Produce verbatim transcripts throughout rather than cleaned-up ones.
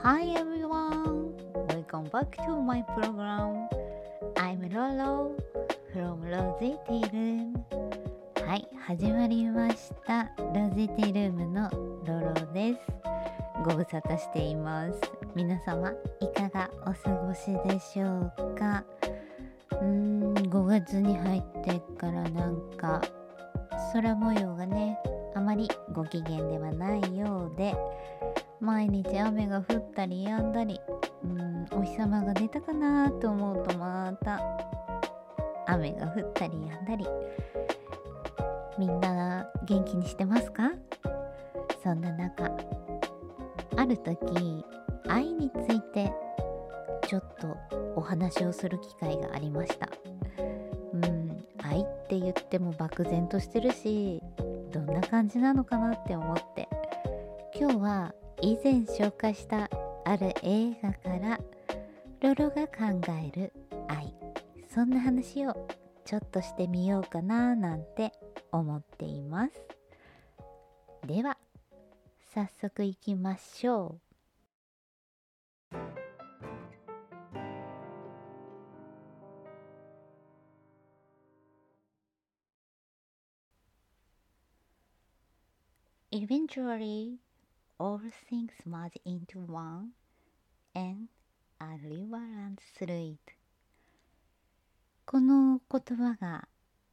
Hi everyone, welcome back to my program. I'm Lolo from Rosy Tea Room. はい、始まりました。ロジティルームのロロです。ご無沙汰しています。皆様いかがお過ごしでしょうか。うーん、ごがつに入ってからなんか空模様がね、あまりご機嫌ではないようで、毎日雨が降ったり止んだり、うーん、お日様が出たかなと思うとまた雨が降ったり止んだり、みんな元気にしてますか？そんな中、ある時愛についてちょっとお話をする機会がありました。うん、愛って言っても漠然としてるし、どんな感じなのかなって思って、今日は以前紹介したある映画からロロが考える愛、そんな話をちょっとしてみようかななんて思っています。では早速いきましょう。Eventually, all things merge into one, and a river runs through it. この言葉が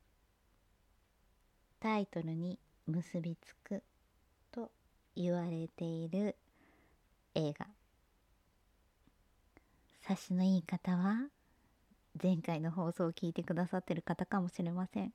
タイトルに結びつくと言われている映画。察しのいい方は前回の放送を聞いてくださっている方かもしれません。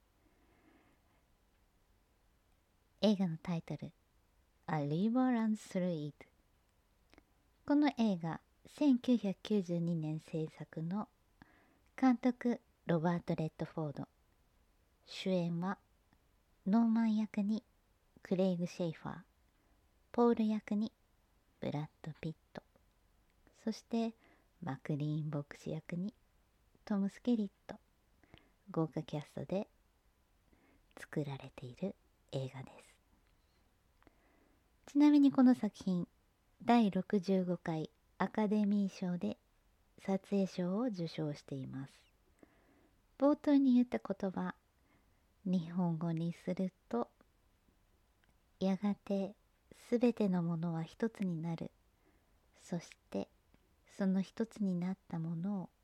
映画のタイトル A River Runs Through It。 この映画せんきゅうひゃくきゅうじゅうにねん制作の、監督ロバート・レッドフォード、主演はノーマン役にクレイグ・シェイファー、ポール役にブラッド・ピット、そしてマクリーン牧師役にトム・スケリット、豪華キャストで作られている映画です。ちなみにこの作品だいろくじゅうごかいアカデミー賞で撮影賞を受賞しています。冒頭に言った言葉、日本語にすると、やがてすべてのものは一つになる、そしてその一つになったものを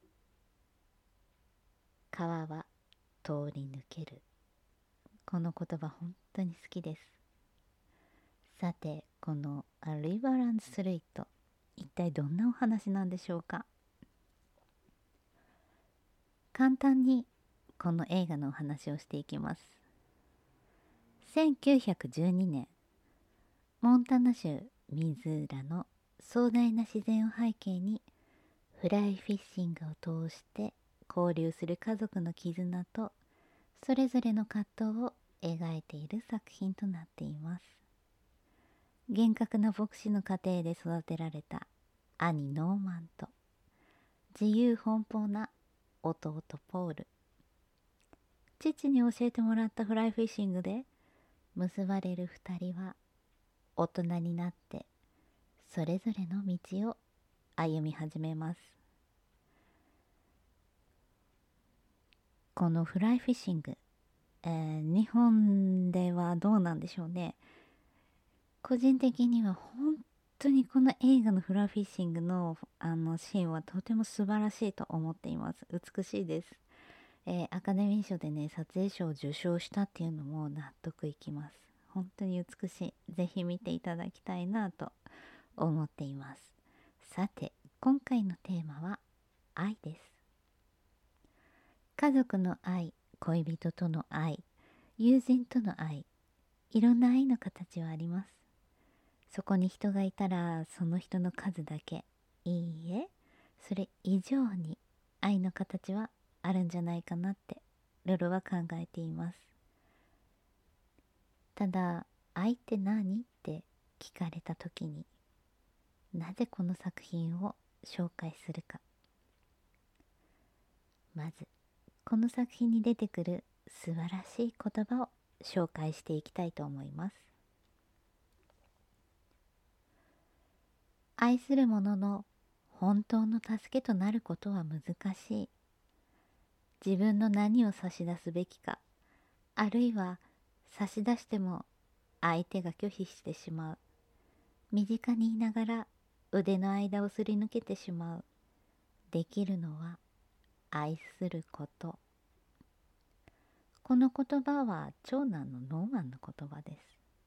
川は通り抜ける。この言葉本当に好きです。さて、この A River Runs Through It、 一体どんなお話なんでしょうか。簡単にこの映画のお話をしていきます。せんきゅうひゃくじゅうにねん、モンタナ州ミズーラの壮大な自然を背景に、フライフィッシングを通して交流する家族の絆とそれぞれの葛藤を描いている作品となっています。厳格な牧師の家庭で育てられた兄ノーマンと自由奔放な弟ポール、父に教えてもらったフライフィッシングで結ばれる二人は、大人になってそれぞれの道を歩み始めます。このフライフィッシング、えー、日本ではどうなんでしょうね。個人的には本当にこの映画のフライフィッシングのあのシーンはとても素晴らしいと思っています。美しいです。えー、アカデミー賞でね、撮影賞を受賞したっていうのも納得いきます。本当に美しい。ぜひ見ていただきたいなと思っています。さて、今回のテーマは愛です。家族の愛、恋人との愛、友人との愛、いろんな愛の形はあります。そこに人がいたらその人の数だけ、いいえ、それ以上に愛の形はあるんじゃないかなってロロは考えています。ただ、愛って何って聞かれた時に、なぜこの作品を紹介するか。まずこの作品に出てくる素晴らしい言葉を紹介していきたいと思います。 愛する者の本当の助けとなることは難しい。自分の何を差し出すべきか、あるいは差し出しても相手が拒否してしまう。身近にいながら腕の間をすり抜けてしまう。できるのは愛すること。この言葉は長男のノーマンの言葉です。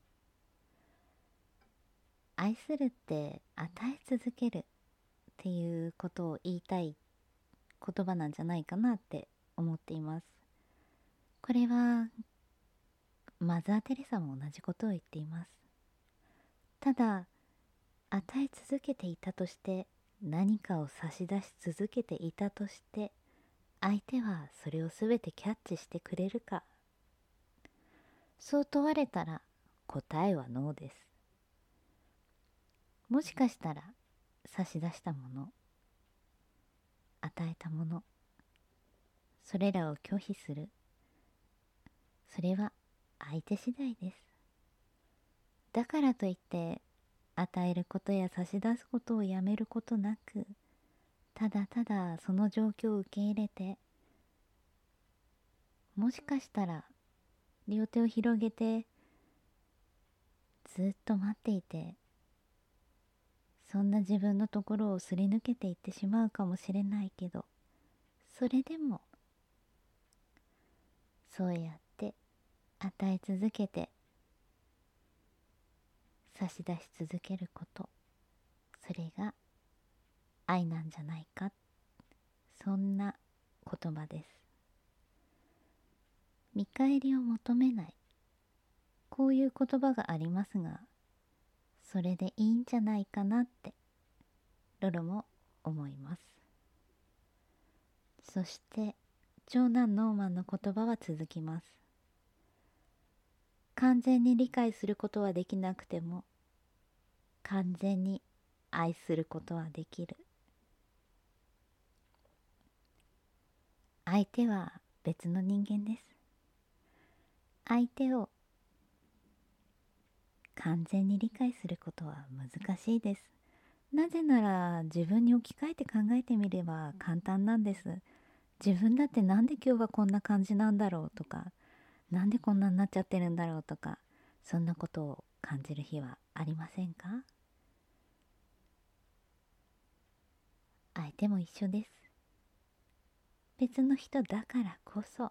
愛するって与え続けるっていうことを言いたい言葉なんじゃないかなって思っています。これはマザー・テレサも同じことを言っています。ただ与え続けていたとして、何かを差し出し続けていたとして、相手はそれをすべてキャッチしてくれるか、そう問われたら答えはノーです。もしかしたら差し出したもの、与えたもの、それらを拒否する、それは相手次第です。だからといって与えることや差し出すことをやめることなく、ただただその状況を受け入れて、もしかしたら両手を広げてずっと待っていて、そんな自分のところをすり抜けていってしまうかもしれないけど、それでもそうやって与え続けて差し出し続けること、それが愛なんじゃないか、そんな言葉です。見返りを求めない、こういう言葉がありますが、それでいいんじゃないかなってロロも思います。そして長男ノーマンの言葉は続きます。完全に理解することはできなくても、完全に愛することはできる。相手は別の人間です。相手を完全に理解することは難しいです。なぜなら自分に置き換えて考えてみれば簡単なんです。自分だってなんで今日はこんな感じなんだろうとか、なんでこんなになっちゃってるんだろうとか、そんなことを感じる日はありませんか？相手も一緒です。別の人だからこそ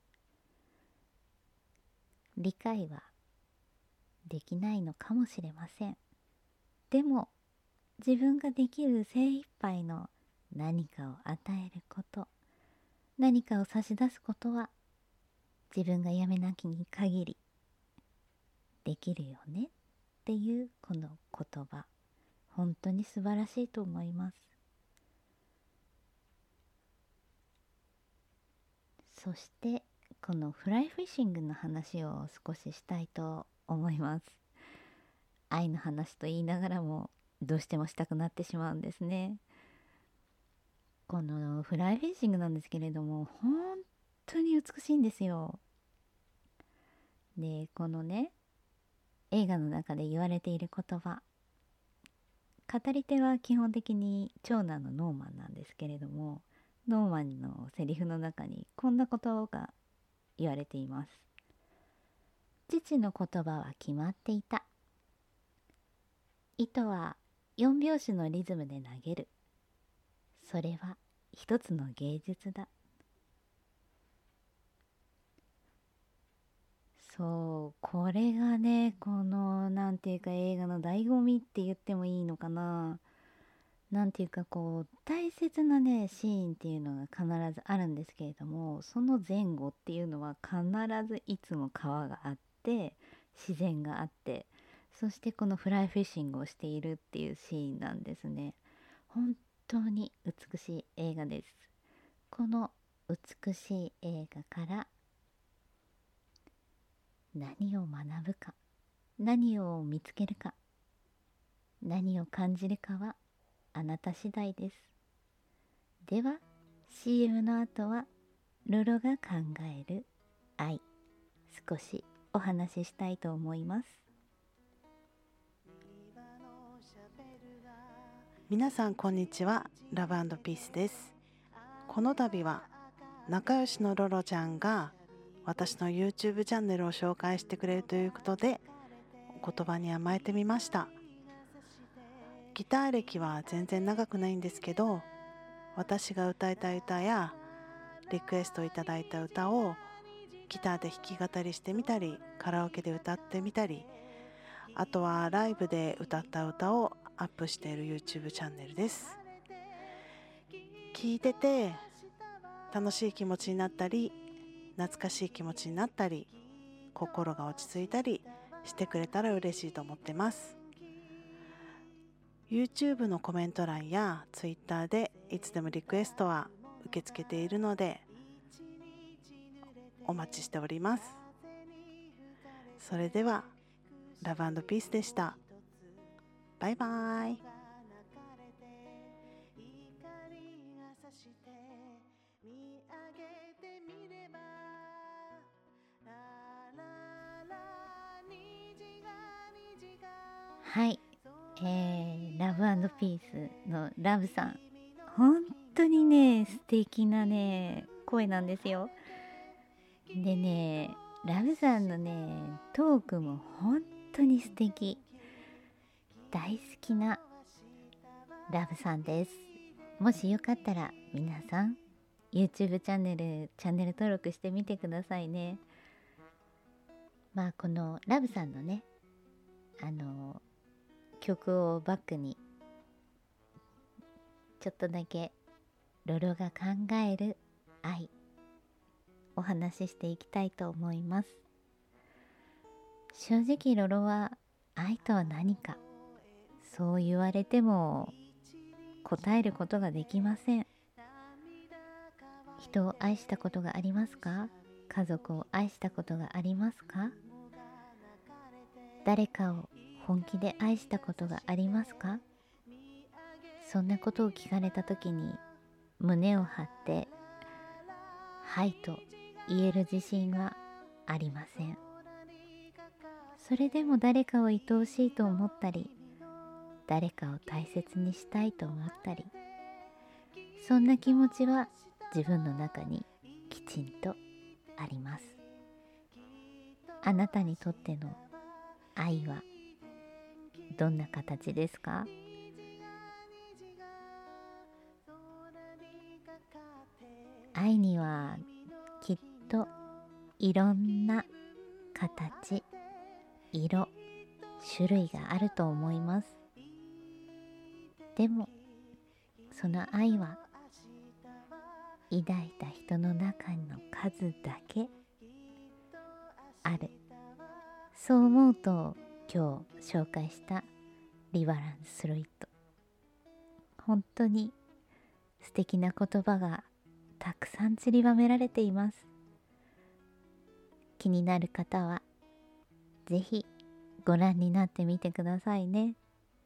理解はできないのかもしれません。でも自分ができる精一杯の何かを与えること、何かを差し出すことは自分がやめなきに限りできるよねっていうこの言葉、本当に素晴らしいと思います。そしてこのフライフィッシングの話を少ししたいと思います。愛の話と言いながらもどうしてもしたくなってしまうんですね。このフライフィッシングなんですけれども、本当に美しいんですよ。で、このね、映画の中で言われている言葉、語り手は基本的に長男のノーマンなんですけれども、ノーマンのセリフの中にこんなことが言われています。父の言葉は決まっていた。糸は四拍子のリズムで投げる。それは一つの芸術だ。そう、これがね、このなんていうか映画の醍醐味って言ってもいいのかな。なんていうかこう大切なねシーンっていうのが必ずあるんですけれども、その前後っていうのは必ずいつも川があって自然があって、そしてこのフライフィッシングをしているっていうシーンなんですね。本当に美しい映画です。この美しい映画から何を学ぶか、何を見つけるか、何を感じるかはあなた次第です。では シーエム の後はロロが考える愛、少しお話ししたいと思います。 皆さんこんにちは。ラブ&ピースです。この度は仲良しのロロちゃんが私の YouTube チャンネルを紹介してくれるということで、お言葉に甘えてみました。ギター歴は全然長くないんですけど、私が歌いたい歌やリクエストいただいた歌をギターで弾き語りしてみたり、カラオケで歌ってみたり、あとはライブで歌った歌をアップしている YouTube チャンネルです。聴いてて楽しい気持ちになったり、懐かしい気持ちになったり、心が落ち着いたりしてくれたら嬉しいと思ってます。 YouTube のコメント欄や Twitter でいつでもリクエストは受け付けているのでお待ちしております。それではラブ&ピースでした。バイバイ。 はい、えー、ラブ&ピースのラブさん、本当にね素敵なね声なんですよ。でね、ラブさんのねトークも本当に素敵、大好きなラブさんです。もしよかったら皆さん YouTube チャンネルチャンネル登録してみてくださいね。まあこのラブさんのねあの曲をバックにちょっとだけロロが考える愛お話ししていきたいと思います。正直ロロは愛とは何かそう言われても答えることができません。人を愛したことがありますか？家族を愛したことがありますか？誰かを本気で愛したことがありますか？そんなことを聞かれたときに胸を張ってはいと言える自信はありません。それでも誰かを愛おしいと思ったり、誰かを大切にしたいと思ったり、そんな気持ちは自分の中にきちんとあります。あなたにとっての愛はどんな形ですか？愛にはきっといろんな形、色、種類があると思います。でもその愛は抱いた人の中の数だけある。そう思うと今日紹介したリバランススロイット、本当に素敵な言葉がたくさん散りばめられています。気になる方はぜひご覧になってみてくださいね。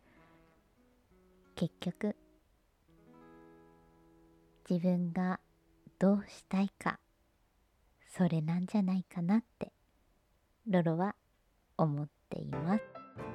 結局自分がどうしたいか、それなんじゃないかなってロロは思っています。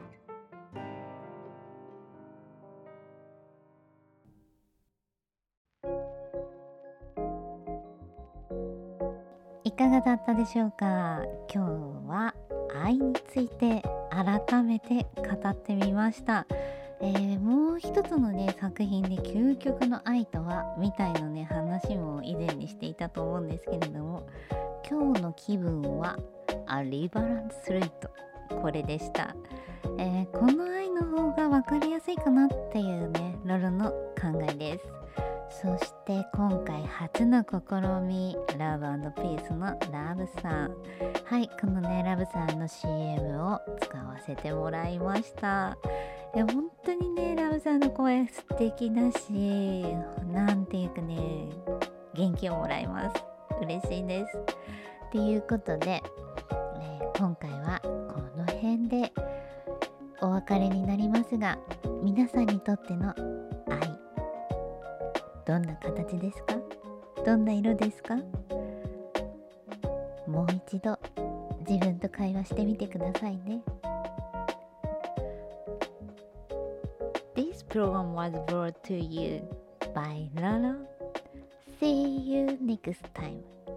いかがだったでしょうか。今日は愛について改めて語ってみました。えー、もう一つのね作品で究極の愛とはみたいなね話も以前にしていたと思うんですけれども、今日の気分はあリバランスルイート、これでした。えー、この愛の方が分かりやすいかなっていうねロロの考えです。そして今回初の試み、ラブ&ピースのラブさん、はい、このねラブさんの シーエム を使わせてもらいました。いや本当にねラブさんの声素敵だし、なんていうかね元気をもらいます。嬉しいです。ということで、えー、今回はこの辺でお別れになりますが、皆さんにとっての愛どんな形ですか？どんな色ですか？もう一度自分と会話してみてくださいね。This program was brought to you by Lolo. See you next time.